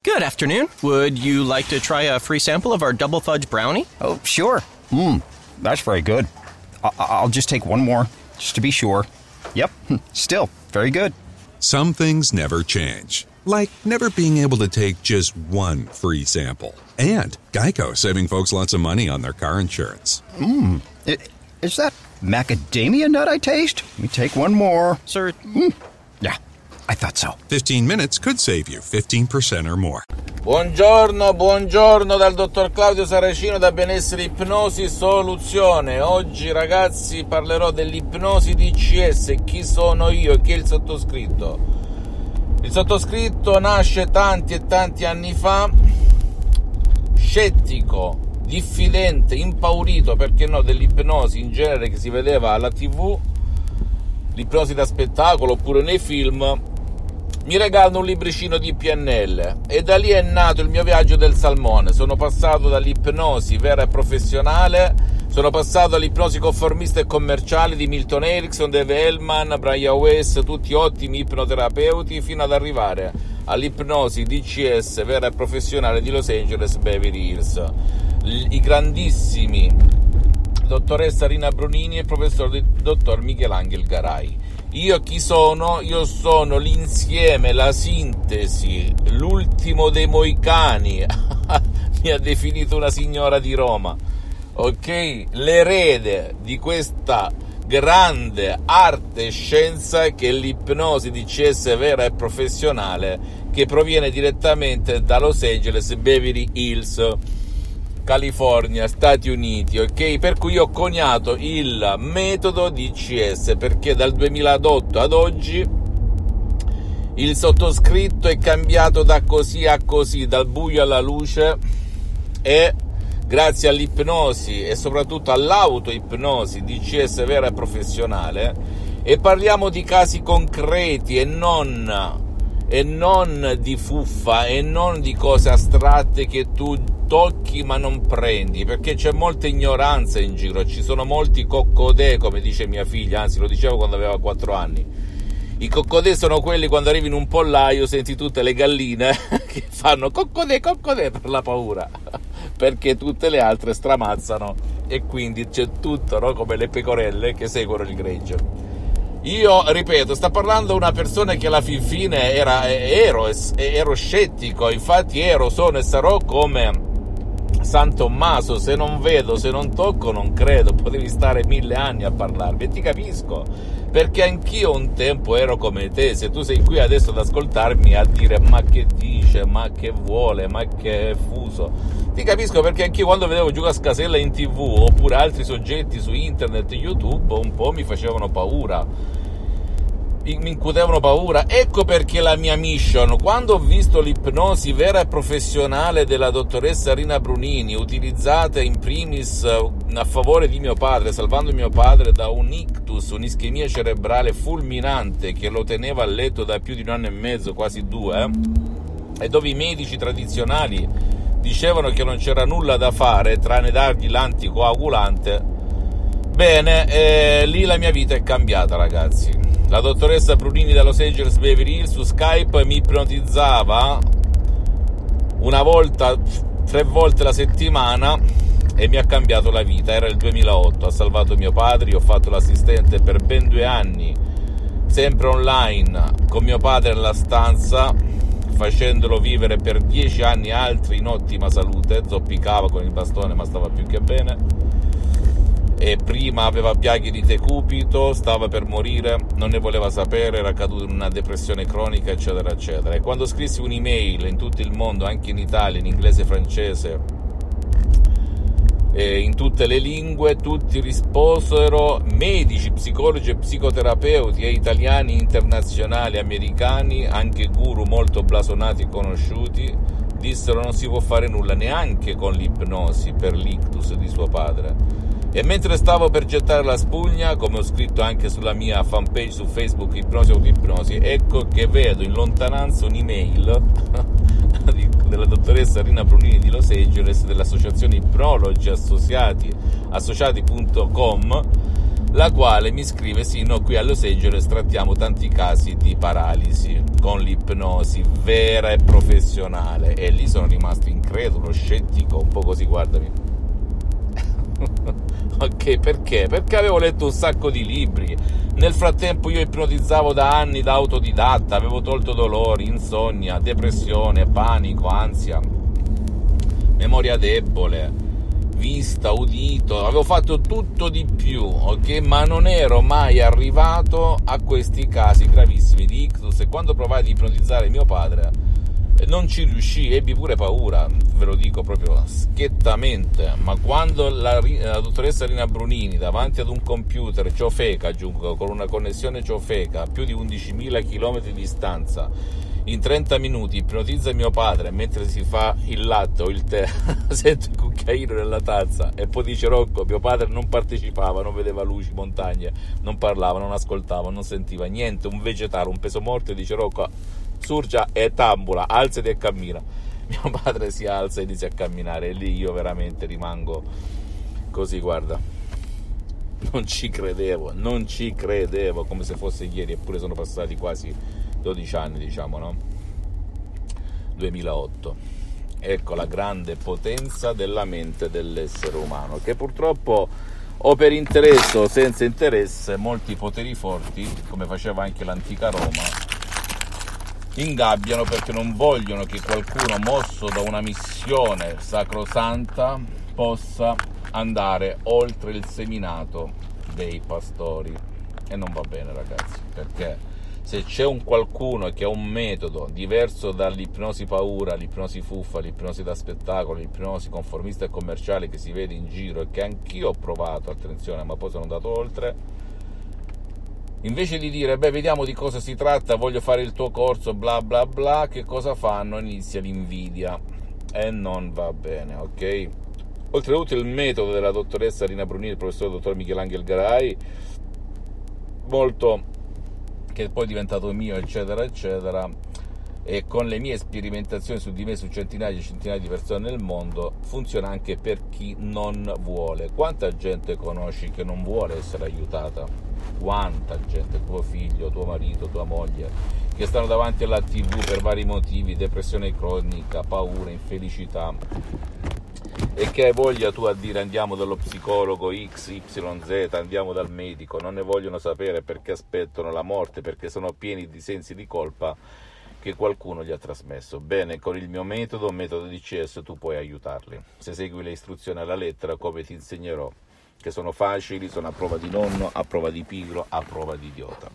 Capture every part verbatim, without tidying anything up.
Good afternoon. Would you like to try a free sample of our double fudge brownie? Oh, sure. Mmm, that's very good. I- I'll just take one more, just to be sure. Yep, still very good. Some things never change, like never being able to take just one free sample. And Geico saving folks lots of money on their car insurance. Mmm, is that macadamia nut I taste? Let me take one more. Sir? Mm. Yeah, I thought so. fifteen minutes could save you fifteen percent or more. Buongiorno, buongiorno dal dottor Claudio Saracino da Benessere Ipnosi Soluzione. Oggi ragazzi parlerò dell'ipnosi D C S, chi sono io e chi è il sottoscritto. Il sottoscritto nasce tanti e tanti anni fa, scettico, diffidente, impaurito, perché no, dell'ipnosi in genere che si vedeva alla tivù, l'ipnosi da spettacolo oppure nei film. Mi regalano un libricino di P N L e da lì è nato il mio viaggio del salmone. Sono passato dall'ipnosi vera e professionale, sono passato all'ipnosi conformista e commerciale di Milton Erickson, Dave Hellman, Brian Weiss, tutti ottimi ipnoterapeuti, fino ad arrivare all'ipnosi D C S vera e professionale di Los Angeles Beverly Hills. I grandissimi dottoressa Rina Brunini e il professor dottor Michelangelo Garai. Io chi sono? Io sono l'insieme, la sintesi, l'ultimo dei moicani, mi ha definito una signora di Roma, ok? L'erede di questa grande arte e scienza che è l'ipnosi D C S vera e professionale, che proviene direttamente da Los Angeles, Beverly Hills, California, Stati Uniti, ok? Per cui ho coniato il metodo D C S, perché dal duemilaotto ad oggi il sottoscritto è cambiato da così a così, dal buio alla luce, e grazie all'ipnosi e soprattutto all'autoipnosi D C S vera e professionale, e parliamo di casi concreti e non e non di fuffa e non di cose astratte che tu tocchi ma non prendi, perché c'è molta ignoranza in giro, ci sono molti coccodè, come dice mia figlia, anzi lo dicevo quando aveva quattro anni. I coccodè sono quelli quando arrivi in un pollaio, senti tutte le galline che fanno coccodè, coccodè per la paura, perché tutte le altre stramazzano, e quindi c'è tutto, no? Come le pecorelle che seguono il gregge. Io, ripeto, sta parlando una persona che alla fin fine era, ero, ero scettico, infatti ero, sono e sarò come San Tommaso, se non vedo, se non tocco, non credo. Potevi stare mille anni a parlarmi e ti capisco, perché anch'io un tempo ero come te. Se tu sei qui adesso ad ascoltarmi a dire ma che dice, ma che vuole, ma che è fuso, ti capisco, perché anch'io quando vedevo Giuca Scasella in tv oppure altri soggetti su internet, YouTube, un po' mi facevano paura, mi incutevano paura. Ecco perché la mia mission, quando ho visto l'ipnosi vera e professionale della dottoressa Rina Brunini, utilizzata in primis a favore di mio padre, salvando mio padre da un ictus, un'ischemia cerebrale fulminante che lo teneva a letto da più di un anno e mezzo, quasi due, eh? E dove i medici tradizionali dicevano che non c'era nulla da fare tranne dargli l'anticoagulante, bene, eh, lì la mia vita è cambiata, ragazzi. La dottoressa Brunini da Los Angeles Beverly Hills su Skype mi ipnotizzava una volta, tre volte la settimana, e mi ha cambiato la vita. Era il duemilaotto, ha salvato mio padre. Io ho fatto l'assistente per ben due anni, sempre online, con mio padre nella stanza, facendolo vivere per dieci anni altri in ottima salute. Zoppicava con il bastone ma stava più che bene, e prima aveva piaghe di decubito, stava per morire, non ne voleva sapere, era caduto in una depressione cronica, eccetera eccetera. E quando scrissi un'email in tutto il mondo, anche in Italia, in inglese e francese, e in tutte le lingue, tutti risposero, medici, psicologi e psicoterapeuti, e italiani, internazionali, americani, anche guru molto blasonati e conosciuti, dissero non si può fare nulla neanche con l'ipnosi per l'ictus di suo padre. E mentre stavo per gettare la spugna, come ho scritto anche sulla mia fanpage su Facebook, Ipnosi Autoipnosi, ecco che vedo in lontananza un'email della dottoressa Rina Brunini di Los Angeles, dell'associazione Ipnologi Associati, associati punto com, la quale mi scrive: sì, no, qui a Los Angeles trattiamo tanti casi di paralisi con l'ipnosi vera e professionale. E lì sono rimasto incredulo, scettico, un po' così, guardami. Ok, perché? Perché avevo letto un sacco di libri. Nel frattempo io ipnotizzavo da anni da autodidatta, avevo tolto dolori, insonnia, depressione, panico, ansia, memoria debole, vista, udito, avevo fatto tutto di più, ok? Ma non ero mai arrivato a questi casi gravissimi di ictus, e quando provai ad ipnotizzare mio padre non ci riuscii, ebbi pure paura, ve lo dico proprio schiettamente. Ma quando la, la dottoressa Rina Brunini davanti ad un computer ciofeca, aggiungo, con una connessione ciofeca a più di undicimila chilometri di distanza, in trenta minuti ipnotizza mio padre mentre si fa il latte o il tè, sento il cucchiaino nella tazza, e poi dice: Rocco, mio padre non partecipava, non vedeva luci, montagne, non parlava, non ascoltava, non sentiva niente, un vegetale, un peso morto, e dice: Rocco, surgia e tambula, alzati e cammina. Mio padre si alza e inizia a camminare, e lì io veramente rimango così, guarda, non ci credevo, non ci credevo, come se fosse ieri, eppure sono passati quasi dodici anni, diciamo, no? duemilaotto. Ecco la grande potenza della mente dell'essere umano, che purtroppo, o per interesse o senza interesse, molti poteri forti, come faceva anche l'antica Roma, ingabbiano perché non vogliono che qualcuno mosso da una missione sacrosanta possa andare oltre il seminato dei pastori. E non va bene, ragazzi, perché se c'è un qualcuno che ha un metodo diverso dall'ipnosi paura, l'ipnosi fuffa, l'ipnosi da spettacolo, l'ipnosi conformista e commerciale che si vede in giro, e che anch'io ho provato, attenzione, ma poi sono andato oltre, invece di dire: beh, vediamo di cosa si tratta, voglio fare il tuo corso, bla bla bla, che cosa fanno? Inizia l'invidia, e non va bene, ok? Oltretutto il metodo della dottoressa Rina Brunini, il professor dottor Michelangelo Garai, molto, che poi è diventato mio, eccetera eccetera, e con le mie sperimentazioni su di me, su centinaia e centinaia di persone nel mondo, funziona anche per chi non vuole. Quanta gente conosci che non vuole essere aiutata? Quanta gente, tuo figlio, tuo marito, tua moglie, che stanno davanti alla tivù per vari motivi, depressione cronica, paura, infelicità, e che hai voglia tu a dire: andiamo dallo psicologo X Y Z, andiamo dal medico, non ne vogliono sapere perché aspettano la morte, perché sono pieni di sensi di colpa che qualcuno gli ha trasmesso. Bene, con il mio metodo, metodo di C S, tu puoi aiutarli, se segui le istruzioni alla lettera, come ti insegnerò, che sono facili, sono a prova di nonno, a prova di pigro, a prova di idiota.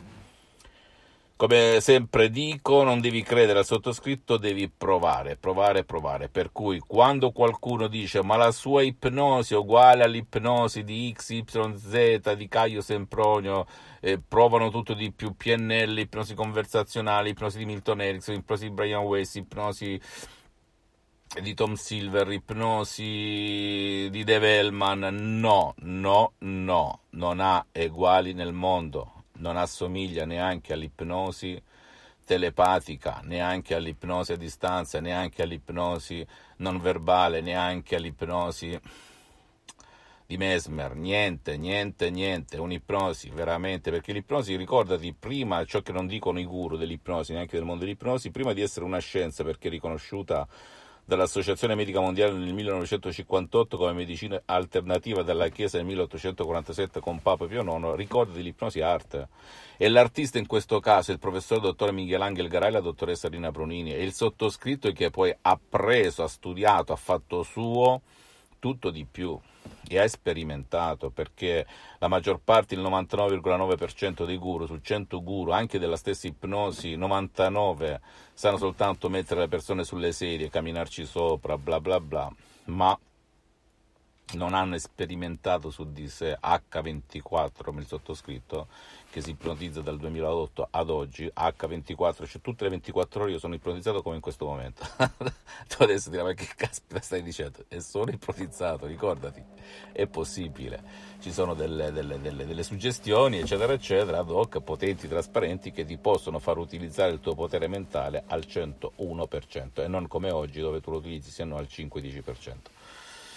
Come sempre dico, non devi credere al sottoscritto, devi provare, provare, provare. Per cui quando qualcuno dice: ma la sua ipnosi è uguale all'ipnosi di X Y Z, di Caio Sempronio, eh, provano tutto di più, P N L, ipnosi conversazionale, ipnosi di Milton Erickson, ipnosi di Brian Weiss, ipnosi di Tom Silver, ipnosi di Dave Hellman, no, no, no, non ha eguali nel mondo. Non assomiglia neanche all'ipnosi telepatica, neanche all'ipnosi a distanza, neanche all'ipnosi non verbale, neanche all'ipnosi di Mesmer, niente, niente, niente, un'ipnosi veramente, perché l'ipnosi, ricordati, prima, ciò che non dicono i guru dell'ipnosi, neanche del mondo dell'ipnosi, prima di essere una scienza, perché è riconosciuta dall'Associazione Medica Mondiale nel millenovecentocinquantotto come medicina alternativa dalla Chiesa nel milleottocentoquarantasette con Papa Pio nono, ricordati, l'ipnosi arte. E l'artista in questo caso è il professor dottor Michelangelo Garai e la dottoressa Rina Brunini, e il sottoscritto che poi ha preso, ha studiato, ha fatto suo tutto di più e ha sperimentato, perché la maggior parte, il novantanove virgola nove per cento dei guru, su cento guru, anche della stessa ipnosi, novantanove sanno soltanto mettere le persone sulle sedie, camminarci sopra, bla bla bla, ma non hanno sperimentato su di sé. acca ventiquattro, come il sottoscritto, che si ipnotizza dal duemilaotto ad oggi, acca ventiquattro, cioè tutte le ventiquattro ore io sono ipnotizzato come in questo momento. Tu adesso dirai: ma che caspita stai dicendo? E sono ipnotizzato, ricordati, è possibile. Ci sono delle, delle, delle, delle suggestioni, eccetera, eccetera, ad hoc, potenti, trasparenti, che ti possono far utilizzare il tuo potere mentale al centouno per cento, e non come oggi, dove tu lo utilizzi se no al cinque dieci per cento.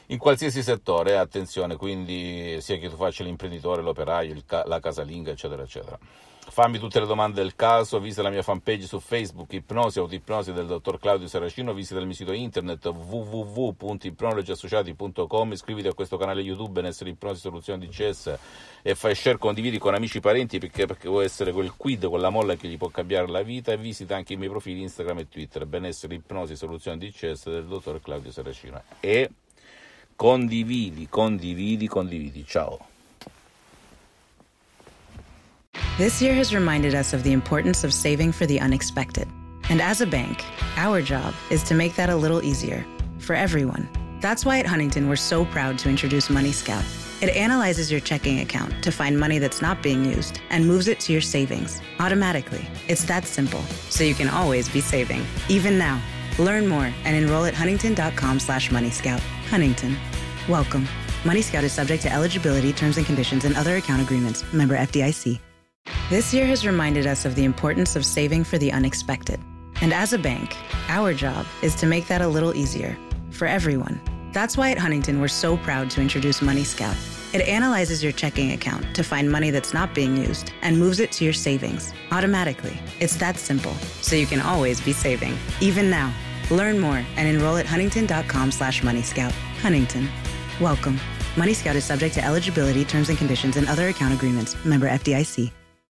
in qualsiasi settore, attenzione, quindi sia che tu faccia l'imprenditore, l'operaio, il ca- la casalinga, eccetera, eccetera. Fammi tutte le domande del caso, visita la mia fanpage su Facebook, Ipnosi, Autoipnosi del dottor Claudio Saracino, visita il mio sito internet w w w punto ipnologiassociati punto com, iscriviti a questo canale YouTube Benessere Ipnosi Soluzioni D C S e fai share, condividi con amici e parenti perché, perché vuoi essere quel quid, quella molla che gli può cambiare la vita, e visita anche i miei profili Instagram e Twitter, Benessere Ipnosi Soluzioni D C S del dottor Claudio Saracino, e condividi, condividi, condividi. Ciao. This year has reminded us of the importance of saving for the unexpected. And as a bank, our job is to make that a little easier for everyone. That's why at Huntington, we're so proud to introduce Money Scout. It analyzes your checking account to find money that's not being used and moves it to your savings automatically. It's that simple, so you can always be saving, even now. Learn more and enroll at huntington.com slash moneyscout. Huntington. Welcome. Money Scout is subject to eligibility, terms and conditions, and other account agreements. Member F D I C. This year has reminded us of the importance of saving for the unexpected. And as a bank, our job is to make that a little easier for everyone. That's why at Huntington, we're so proud to introduce Money Scout. It analyzes your checking account to find money that's not being used and moves it to your savings automatically. It's that simple, so you can always be saving, even now. Learn more and enroll at huntington.com slash moneyscout. Huntington. Welcome. Money Scout is subject to eligibility, terms and conditions, and other account agreements. Member F D I C.